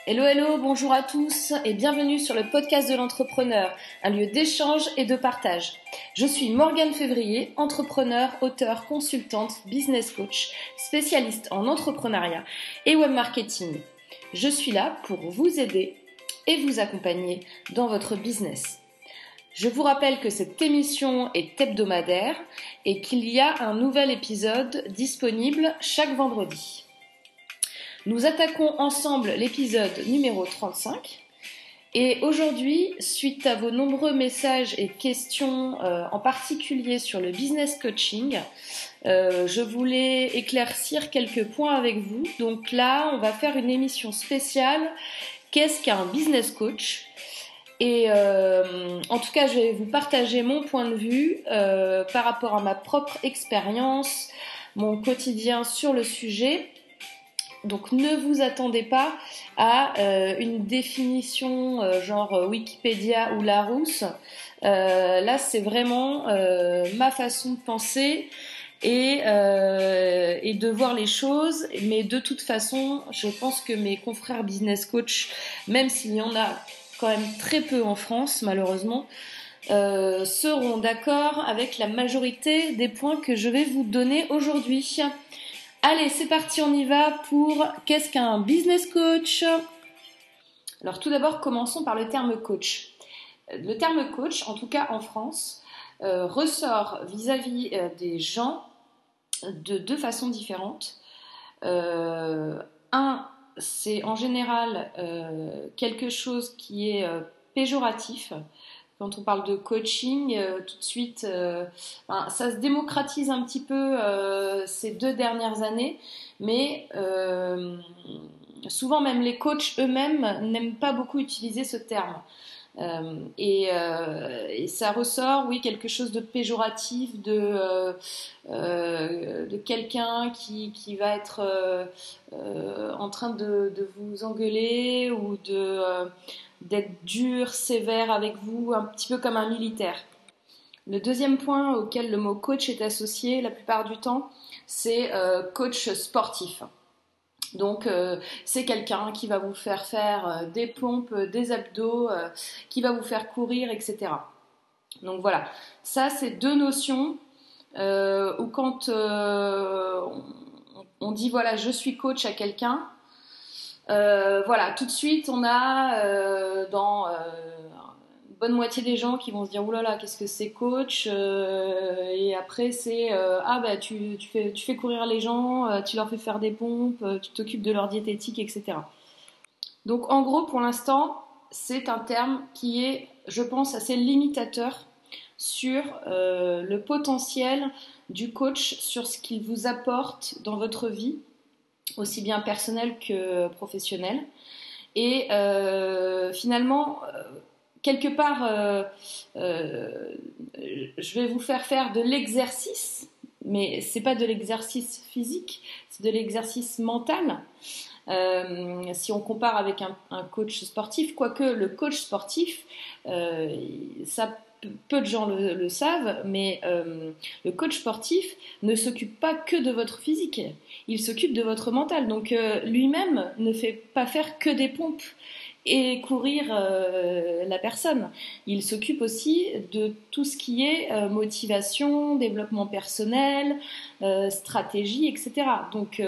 Hello, hello, bonjour à tous et bienvenue sur le podcast de l'entrepreneur, un lieu d'échange et de partage. Je suis Morgane Février, entrepreneur, auteure, consultante, business coach, spécialiste en entrepreneuriat et web marketing. Je suis là pour vous aider et vous accompagner dans votre business. Je vous rappelle que cette émission est hebdomadaire et qu'il y a un nouvel épisode disponible chaque vendredi. Nous attaquons ensemble l'épisode numéro 35 et aujourd'hui, suite à vos nombreux messages et questions, en particulier sur le business coaching, je voulais éclaircir quelques points avec vous. Donc là, on va faire une émission spéciale. Qu'est-ce qu'un business coach ? Et en tout cas, je vais vous partager mon point de vue par rapport à ma propre expérience, mon quotidien sur le sujet. Donc ne vous attendez pas à une définition genre Wikipédia ou Larousse. Là, c'est vraiment ma façon de penser et de voir les choses. Mais de toute façon, je pense que mes confrères business coach, même s'il y en a quand même très peu en France, malheureusement, seront d'accord avec la majorité des points que je vais vous donner aujourd'hui. Allez, c'est parti, on y va pour qu'est-ce qu'un business coach ? Alors tout d'abord, commençons par le terme coach. Le terme coach, en tout cas en France, ressort vis-à-vis des gens de deux façons différentes. C'est en général quelque chose qui est péjoratif. Quand on parle de coaching, tout de suite, ça se démocratise un petit peu ces 2 dernières années, mais souvent même les coachs eux-mêmes n'aiment pas beaucoup utiliser ce terme. Et ça ressort, oui, quelque chose de péjoratif, de quelqu'un qui va être en train de vous engueuler ou d'être dur, sévère avec vous, un petit peu comme un militaire. Le deuxième point auquel le mot coach est associé la plupart du temps, c'est coach sportif. Donc c'est quelqu'un qui va vous faire faire des pompes, des abdos, qui va vous faire courir, etc. Donc voilà, ça c'est 2 notions où quand on dit voilà je suis coach à quelqu'un, voilà, tout de suite on a dans une bonne moitié des gens qui vont se dire oulala, qu'est-ce que c'est coach, et après c'est tu fais courir les gens, tu leur fais faire des pompes, tu t'occupes de leur diététique, etc. Donc en gros pour l'instant c'est un terme qui est, je pense, assez limitateur sur le potentiel du coach, sur ce qu'il vous apporte dans votre vie, aussi bien personnelle que professionnelle. Et finalement, quelque part, je vais vous faire de l'exercice, mais c'est pas de l'exercice physique, c'est de l'exercice mental. Si on compare avec un coach sportif, quoique le coach sportif, ça peu de gens le savent, mais le coach sportif ne s'occupe pas que de votre physique, il s'occupe de votre mental. Donc lui-même ne fait pas faire que des pompes et courir la personne. Il s'occupe aussi de tout ce qui est motivation, développement personnel, stratégie, etc. Donc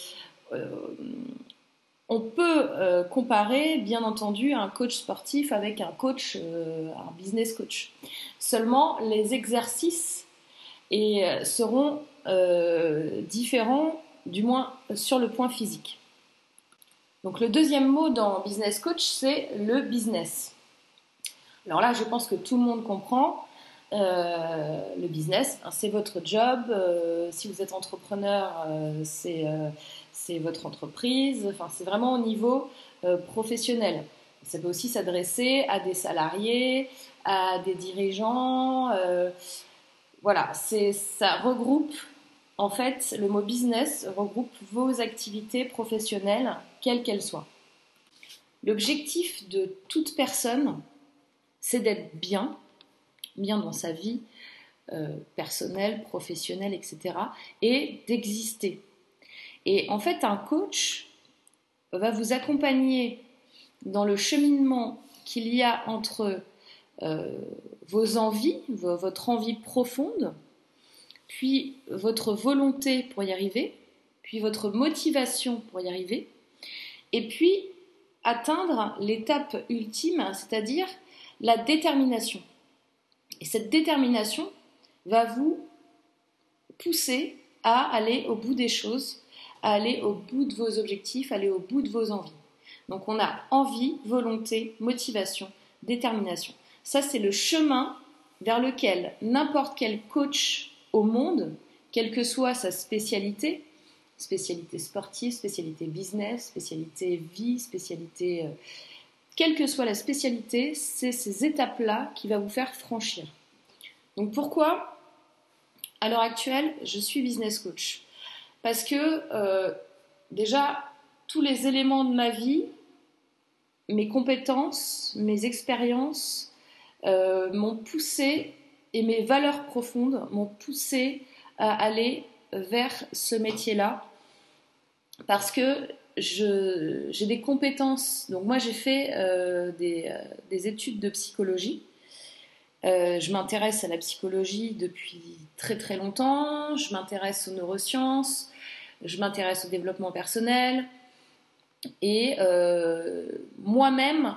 on peut comparer, bien entendu, un coach sportif avec un coach, un business coach. Seulement, les exercices seront différents, du moins sur le point physique. Donc le deuxième mot dans business coach, c'est le business. Alors là, je pense que tout le monde comprend. Le business, c'est votre job. Si vous êtes entrepreneur, c'est votre entreprise. Enfin, c'est vraiment au niveau professionnel. Ça peut aussi s'adresser à des salariés, à des dirigeants. Voilà, ça regroupe, en fait, le mot business regroupe vos activités professionnelles, quelles qu'elles soient. L'objectif de toute personne, c'est d'être bien dans sa vie personnelle, professionnelle, etc. et d'exister. Et en fait, un coach va vous accompagner dans le cheminement qu'il y a entre vos envies, votre envie profonde, puis votre volonté pour y arriver, puis votre motivation pour y arriver, et puis atteindre l'étape ultime, c'est-à-dire la détermination. Et cette détermination va vous pousser à aller au bout des choses, à aller au bout de vos objectifs, à aller au bout de vos envies. Donc on a envie, volonté, motivation, détermination. Ça, c'est le chemin vers lequel n'importe quel coach au monde, quelle que soit sa spécialité, spécialité sportive, spécialité business, spécialité vie, spécialité... quelle que soit la spécialité, c'est ces étapes-là qui va vous faire franchir. Donc pourquoi, à l'heure actuelle, je suis business coach ? Parce que déjà, tous les éléments de ma vie, mes compétences, mes expériences m'ont poussé, et mes valeurs profondes m'ont poussé à aller vers ce métier-là. Parce que j'ai des compétences. Donc moi, j'ai fait des études de psychologie. Je m'intéresse à la psychologie depuis très très longtemps. Je m'intéresse aux neurosciences. Je m'intéresse au développement personnel. Et moi-même,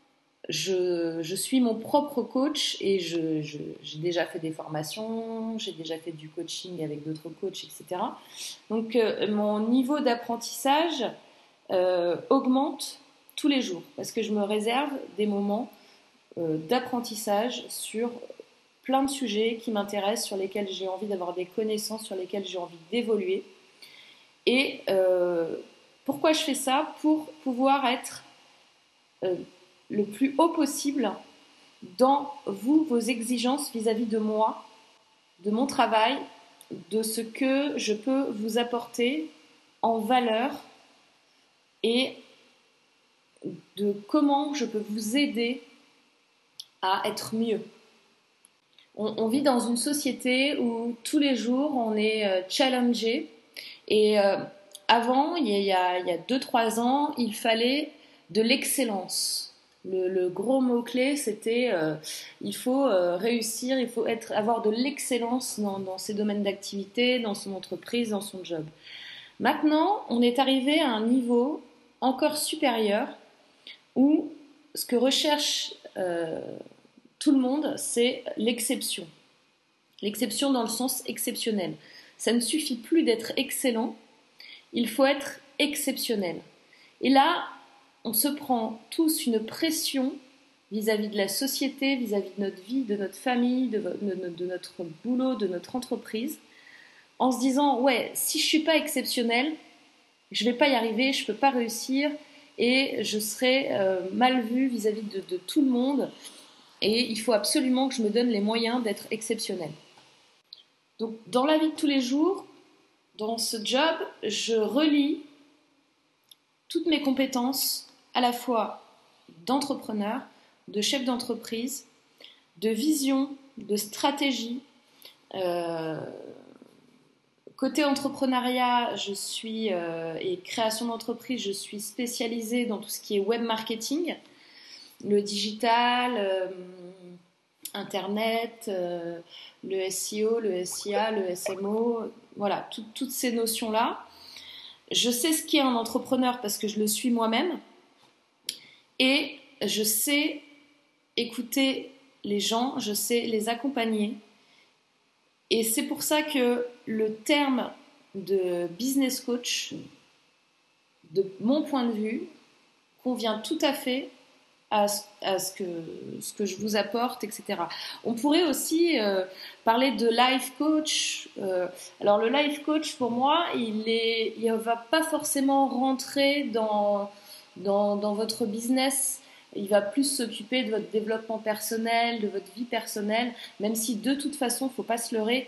je suis mon propre coach et j'ai déjà fait des formations, j'ai déjà fait du coaching avec d'autres coachs, etc. Donc mon niveau d'apprentissage augmente tous les jours parce que je me réserve des moments d'apprentissage sur plein de sujets qui m'intéressent, sur lesquels j'ai envie d'avoir des connaissances, sur lesquels j'ai envie d'évoluer. Et pourquoi je fais ça ? Pour pouvoir être le plus haut possible dans vos exigences vis-à-vis de moi, de mon travail, de ce que je peux vous apporter en valeur et de comment je peux vous aider à être mieux. On vit dans une société où tous les jours on est challengé et avant, il y a 2-3 ans, il fallait de l'excellence. Le gros mot-clé, c'était il faut réussir, il faut avoir de l'excellence dans ses domaines d'activité, dans son entreprise, dans son job. Maintenant, on est arrivé à un niveau encore supérieur où ce que recherche tout le monde, c'est l'exception. L'exception dans le sens exceptionnel. Ça ne suffit plus d'être excellent, il faut être exceptionnel. Et là, on se prend tous une pression vis-à-vis de la société, vis-à-vis de notre vie, de notre famille, de notre boulot, de notre entreprise, en se disant, ouais, si je ne suis pas exceptionnel, je ne vais pas y arriver, je ne peux pas réussir et je serai mal vue vis-à-vis de tout le monde et il faut absolument que je me donne les moyens d'être exceptionnel. Donc, dans la vie de tous les jours, dans ce job, je relie toutes mes compétences à la fois d'entrepreneur, de chef d'entreprise, de vision, de stratégie. Côté entrepreneuriat, je suis et création d'entreprise, je suis spécialisée dans tout ce qui est web marketing, le digital, Internet, le SEO, le SIA, le SMO, voilà, toutes ces notions-là. Je sais ce qu'est un entrepreneur parce que je le suis moi-même et je sais écouter les gens, je sais les accompagner. Et c'est pour ça que le terme de business coach, de mon point de vue, convient tout à fait à ce que je vous apporte, etc. On pourrait aussi parler de life coach. Alors le life coach, pour moi, il ne va pas forcément rentrer dans votre business. Il va plus s'occuper de votre développement personnel, de votre vie personnelle, même si de toute façon, il ne faut pas se leurrer,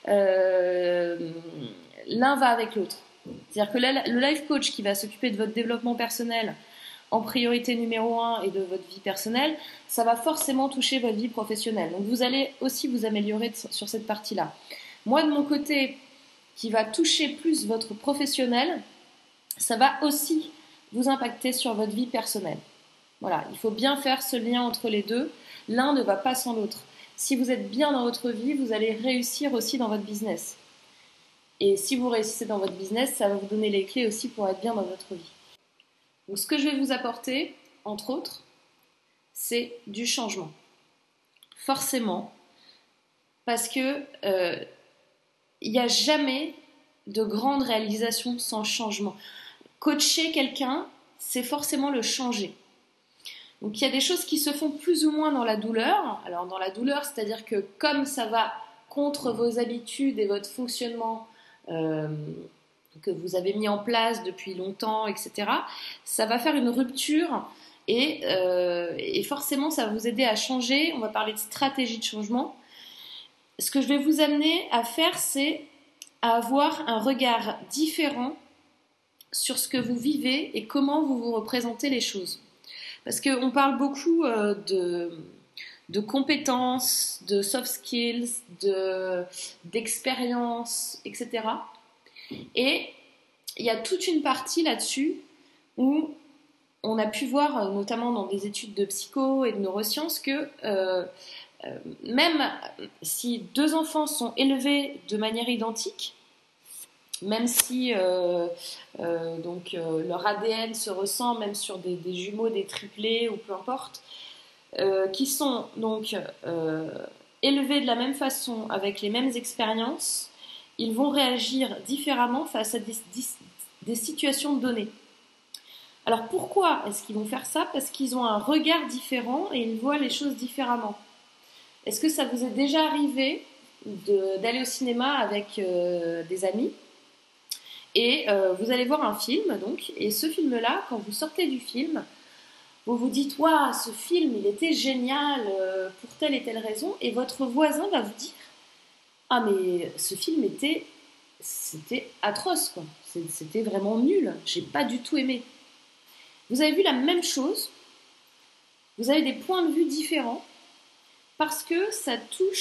l'un va avec l'autre. C'est-à-dire que le life coach qui va s'occuper de votre développement personnel en priorité numéro 1 et de votre vie personnelle, ça va forcément toucher votre vie professionnelle. Donc vous allez aussi vous améliorer sur cette partie-là. Moi, de mon côté, qui va toucher plus votre professionnel, ça va aussi vous impacter sur votre vie personnelle. Voilà, il faut bien faire ce lien entre les deux. L'un ne va pas sans l'autre. Si vous êtes bien dans votre vie, vous allez réussir aussi dans votre business. Et si vous réussissez dans votre business, ça va vous donner les clés aussi pour être bien dans votre vie. Donc ce que je vais vous apporter, entre autres, c'est du changement. Forcément, parce que il n'y a jamais de grande réalisation sans changement. Coacher quelqu'un, c'est forcément le changer. Donc il y a des choses qui se font plus ou moins dans la douleur. Alors dans la douleur, c'est-à-dire que comme ça va contre vos habitudes et votre fonctionnement que vous avez mis en place depuis longtemps, etc., ça va faire une rupture et forcément ça va vous aider à changer. On va parler de stratégie de changement. Ce que je vais vous amener à faire, c'est à avoir un regard différent sur ce que vous vivez et comment vous vous représentez les choses. Parce qu'on parle beaucoup de compétences, de soft skills, d'expérience, etc. Et il y a toute une partie là-dessus où on a pu voir, notamment dans des études de psycho et de neurosciences, que même si deux enfants sont élevés de manière identique, même si leur ADN se ressent, même sur des jumeaux, des triplés ou peu importe, qui sont donc élevés de la même façon, avec les mêmes expériences, ils vont réagir différemment face à des situations données. Alors pourquoi est-ce qu'ils vont faire ça? Parce qu'ils ont un regard différent et ils voient les choses différemment. Est-ce que ça vous est déjà arrivé d'aller au cinéma avec des amis et vous allez voir un film, donc, et ce film-là, quand vous sortez du film, vous vous dites « Waouh, ce film, il était génial pour telle et telle raison », et votre voisin va vous dire « Ah, mais ce film c'était atroce, quoi. C'était vraiment nul, j'ai pas du tout aimé. » Vous avez vu la même chose, vous avez des points de vue différents, parce que ça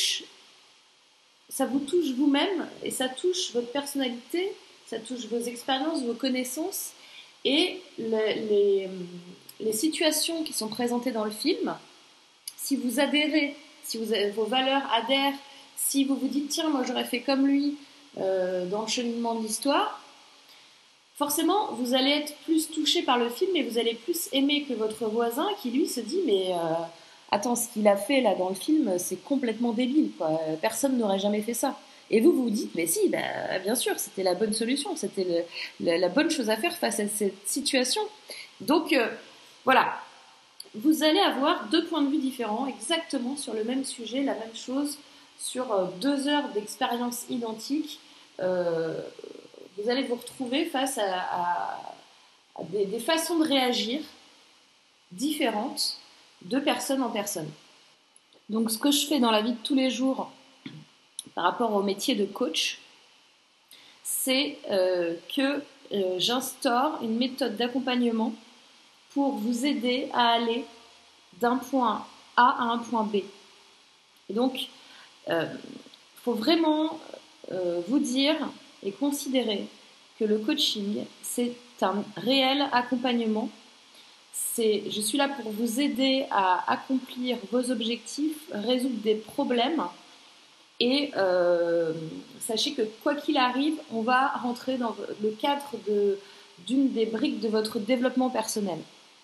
vous touche vous-même, et ça touche votre personnalité, ça touche vos expériences, vos connaissances, et les situations qui sont présentées dans le film. Si vous adhérez, si vos valeurs adhèrent, si vous vous dites tiens, moi j'aurais fait comme lui dans le cheminement de l'histoire, forcément vous allez être plus touché par le film et vous allez plus aimer que votre voisin qui lui se dit mais attends, ce qu'il a fait là dans le film, c'est complètement débile, quoi. Personne n'aurait jamais fait ça. Et vous vous dites, mais si, bien sûr, c'était la bonne solution, c'était la bonne chose à faire face à cette situation. Donc, voilà, vous allez avoir deux points de vue différents, exactement sur le même sujet, la même chose, sur 2 heures d'expérience identique. Vous allez vous retrouver face à des façons de réagir différentes de personne en personne. Donc, ce que je fais dans la vie de tous les jours, par rapport au métier de coach, c'est que j'instaure une méthode d'accompagnement pour vous aider à aller d'un point A à un point B. Et donc, faut vraiment vous dire et considérer que le coaching, c'est un réel accompagnement. Je suis là pour vous aider à accomplir vos objectifs, résoudre des problèmes. Et sachez que quoi qu'il arrive, on va rentrer dans le cadre d'une des briques de votre développement personnel.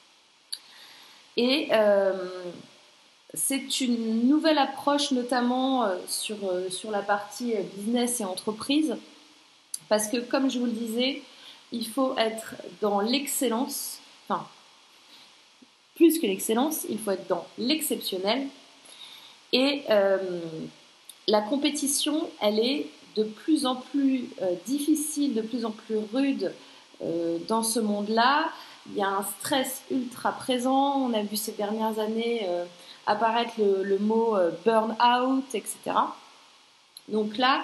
Et c'est une nouvelle approche, notamment sur la partie business et entreprise, parce que comme je vous le disais, il faut être dans l'excellence, enfin, plus que l'excellence, il faut être dans l'exceptionnel. Et la compétition, elle est de plus en plus difficile, de plus en plus rude dans ce monde-là. Il y a un stress ultra présent. On a vu ces dernières années apparaître le mot burn-out, etc. Donc là,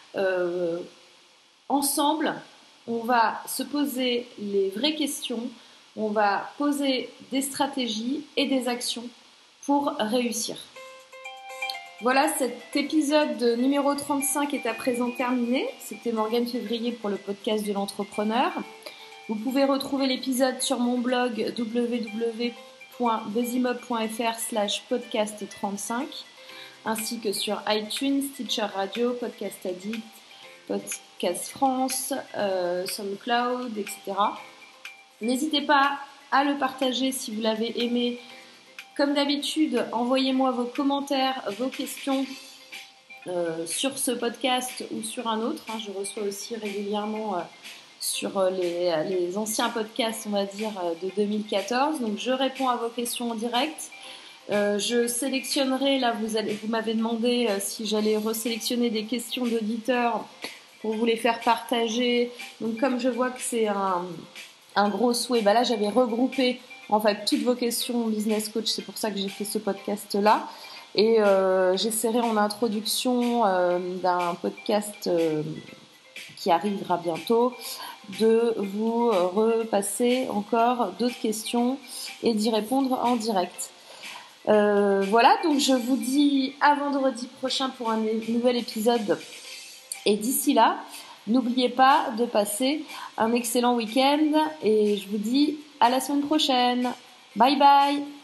ensemble, on va se poser les vraies questions, on va poser des stratégies et des actions pour réussir. Voilà, cet épisode numéro 35 est à présent terminé. C'était Morgane Février pour le podcast de l'entrepreneur. Vous pouvez retrouver l'épisode sur mon blog www.buzzimob.fr/podcast35 ainsi que sur iTunes, Stitcher Radio, Podcast Addict, Podcast France, SoundCloud, etc. N'hésitez pas à le partager si vous l'avez aimé. Comme d'habitude, envoyez-moi vos commentaires, vos questions sur ce podcast ou sur un autre. Je reçois aussi régulièrement sur les anciens podcasts, on va dire, de 2014. Donc, je réponds à vos questions en direct. Je sélectionnerai, là, vous m'avez demandé si j'allais resélectionner des questions d'auditeurs pour vous les faire partager. Donc, comme je vois que c'est un gros souhait, là, j'avais regroupé en fait toutes vos questions business coach. C'est pour ça que j'ai fait ce podcast-là. Et j'essaierai en introduction d'un podcast qui arrivera bientôt de vous repasser encore d'autres questions et d'y répondre en direct. Voilà, donc je vous dis à vendredi prochain pour un nouvel épisode. Et d'ici là, n'oubliez pas de passer un excellent week-end et je vous dis à la semaine prochaine. Bye bye!